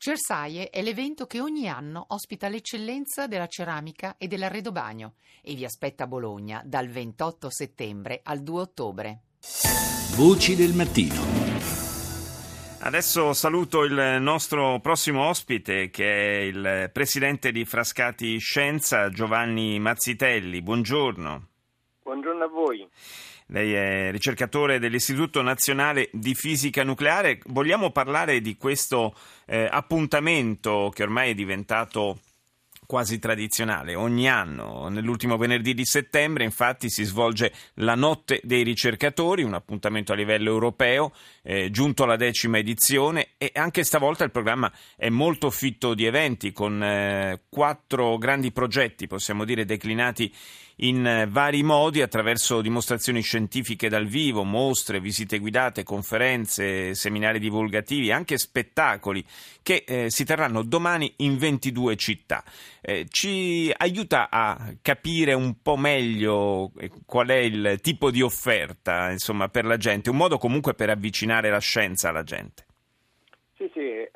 Cersaie è l'evento che ogni anno ospita l'eccellenza della ceramica e dell'arredobagno e vi aspetta a Bologna dal 28 settembre al 2 ottobre. Voci del mattino. Adesso saluto il nostro prossimo ospite, che è il presidente di Frascati Scienza, Giovanni Mazzitelli. Buongiorno. Buongiorno a voi. Lei è ricercatore dell'Istituto Nazionale di Fisica Nucleare. Vogliamo parlare di questo appuntamento che ormai è diventato quasi tradizionale. Ogni anno, nell'ultimo venerdì di settembre, infatti, si svolge la Notte dei Ricercatori, un appuntamento a livello europeo, giunto alla 10ª edizione, e anche stavolta il programma è molto fitto di eventi, con 4 grandi progetti, possiamo dire, declinati in vari modi attraverso dimostrazioni scientifiche dal vivo, mostre, visite guidate, conferenze, seminari divulgativi, anche spettacoli che si terranno domani in 22 città. Ci aiuta a capire un po' meglio qual è il tipo di offerta, insomma, per la gente, un modo comunque per avvicinare la scienza alla gente. Sì,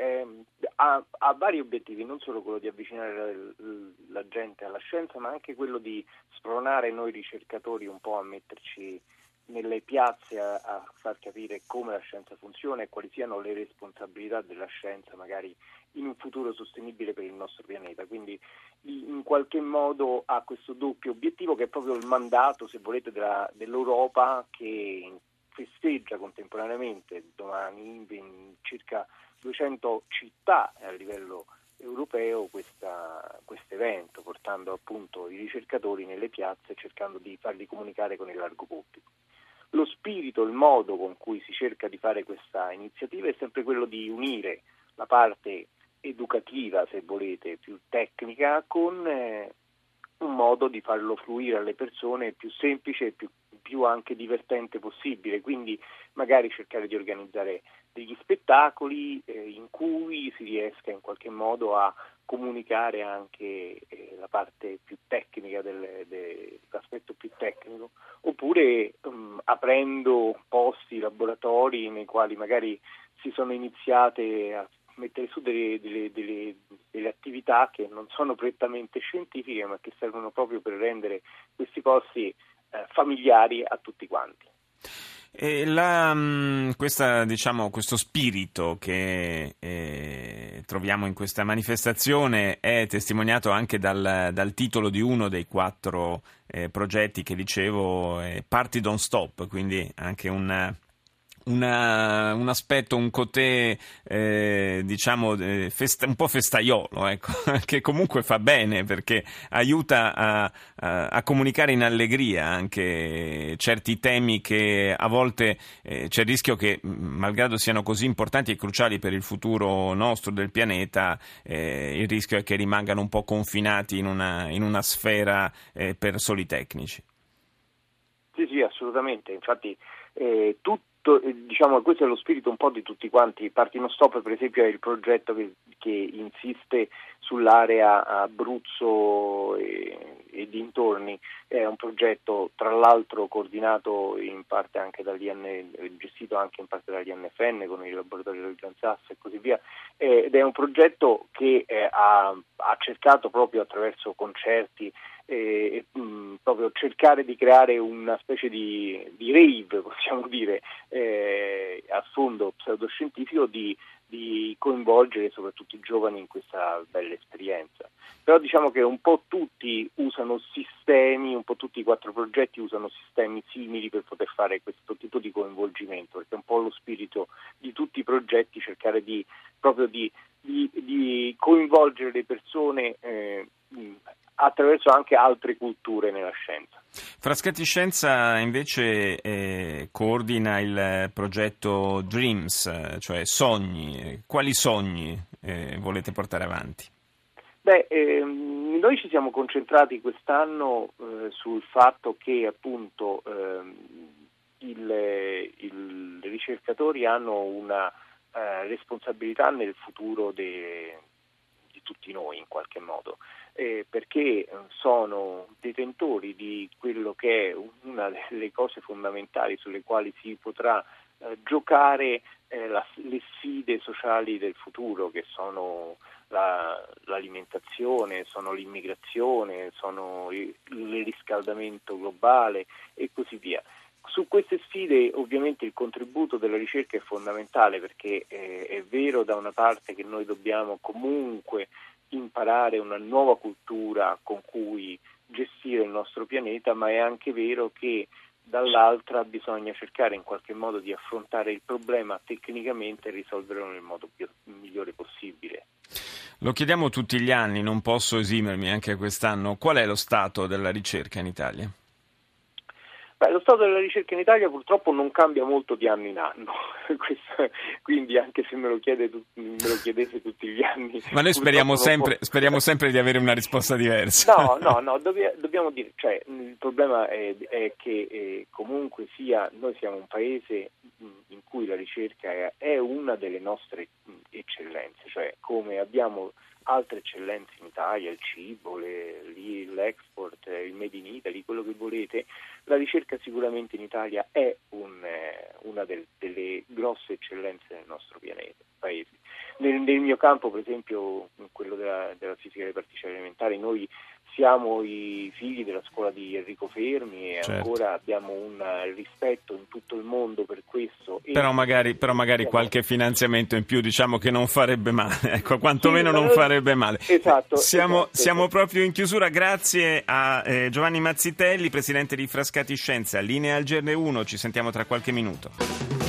ha vari obiettivi, non solo quello di avvicinare la gente alla scienza, ma anche quello di spronare noi ricercatori un po' a metterci nelle piazze, a far capire come la scienza funziona e quali siano le responsabilità della scienza magari in un futuro sostenibile per il nostro pianeta. Quindi in qualche modo ha questo doppio obiettivo, che è proprio il mandato, se volete, dell'Europa, che festeggia contemporaneamente domani in circa 200 città a livello europeo questo evento, portando appunto i ricercatori nelle piazze e cercando di farli comunicare con il largo pubblico. Lo spirito, il modo con cui si cerca di fare questa iniziativa è sempre quello di unire la parte educativa, se volete, più tecnica, con un modo di farlo fluire alle persone più semplice e più anche divertente possibile, quindi magari cercare di organizzare degli spettacoli in cui si riesca in qualche modo a comunicare anche la parte più tecnica l'aspetto più tecnico, oppure aprendo posti, laboratori nei quali magari si sono iniziate a mettere su delle attività che non sono prettamente scientifiche, ma che servono proprio per rendere questi posti familiari a tutti quanti. Questo spirito che troviamo in questa manifestazione è testimoniato anche dal titolo di uno dei 4 progetti che dicevo, Party Don't Stop, quindi anche un aspetto, un côté un po' festaiolo, ecco, che comunque fa bene perché aiuta a comunicare in allegria anche certi temi che a volte c'è il rischio che, malgrado siano così importanti e cruciali per il futuro nostro, del pianeta, il rischio è che rimangano un po' confinati in una sfera per soli tecnici. Sì, assolutamente. Infatti questo è lo spirito un po' di tutti quanti. Party Non Stop, per esempio, è il progetto che insiste sull'area Abruzzo e dintorni. È un progetto, tra l'altro, coordinato in parte anche gestito anche in parte dall'INFN con il laboratorio del Gran Sasso e così via, ed è un progetto che ha cercato proprio attraverso concerti proprio cercare di creare una specie di rave, possiamo dire, a sfondo pseudoscientifico, di coinvolgere soprattutto i giovani in questa bella esperienza. Però diciamo che un po' tutti usano sistemi, un po' tutti i 4 progetti usano sistemi simili per poter fare questo tipo di coinvolgimento, perché è un po' lo spirito di tutti i progetti cercare di coinvolgere le persone attraverso anche altre culture nella scienza. Frascati Scienza invece coordina il progetto Dreams, cioè sogni. Quali sogni volete portare avanti? Noi ci siamo concentrati quest'anno sul fatto che appunto i ricercatori hanno una responsabilità nel futuro di tutti noi in qualche modo, perché sono detentori di quello che è una delle cose fondamentali sulle quali si potrà giocare le sfide sociali del futuro, che sono l'alimentazione, sono l'immigrazione, sono il riscaldamento globale e così via. Su queste sfide ovviamente il contributo della ricerca è fondamentale, perché è vero da una parte che noi dobbiamo comunque imparare una nuova cultura con cui gestire il nostro pianeta, ma è anche vero che dall'altra bisogna cercare in qualche modo di affrontare il problema tecnicamente e risolverlo nel modo migliore possibile. Lo chiediamo tutti gli anni, non posso esimermi anche quest'anno. Qual è lo stato della ricerca in Italia? Lo stato della ricerca in Italia purtroppo non cambia molto di anno in anno, quindi anche se me lo chiedete tutti gli anni. Ma noi speriamo sempre di avere una risposta diversa. No, dobbiamo dire, cioè il problema è che comunque sia, noi siamo un paese in cui la ricerca è una delle nostre eccellenze, cioè come abbiamo altre eccellenze in Italia, il cibo, l'export, il Made in Italy, quello che volete, la ricerca sicuramente in Italia è una delle grosse eccellenze del nostro paese. Nel mio campo, per esempio, quello della fisica delle particelle elementari, noi siamo i figli della scuola di Enrico Fermi e certo. Ancora abbiamo un rispetto in tutto il mondo per questo. Però magari qualche finanziamento in più, diciamo che non farebbe male, ecco, quantomeno non farebbe male. Esatto. Siamo proprio in chiusura, grazie a Giovanni Mazzitelli, presidente di Frascati Scienza, linea al GR1, ci sentiamo tra qualche minuto.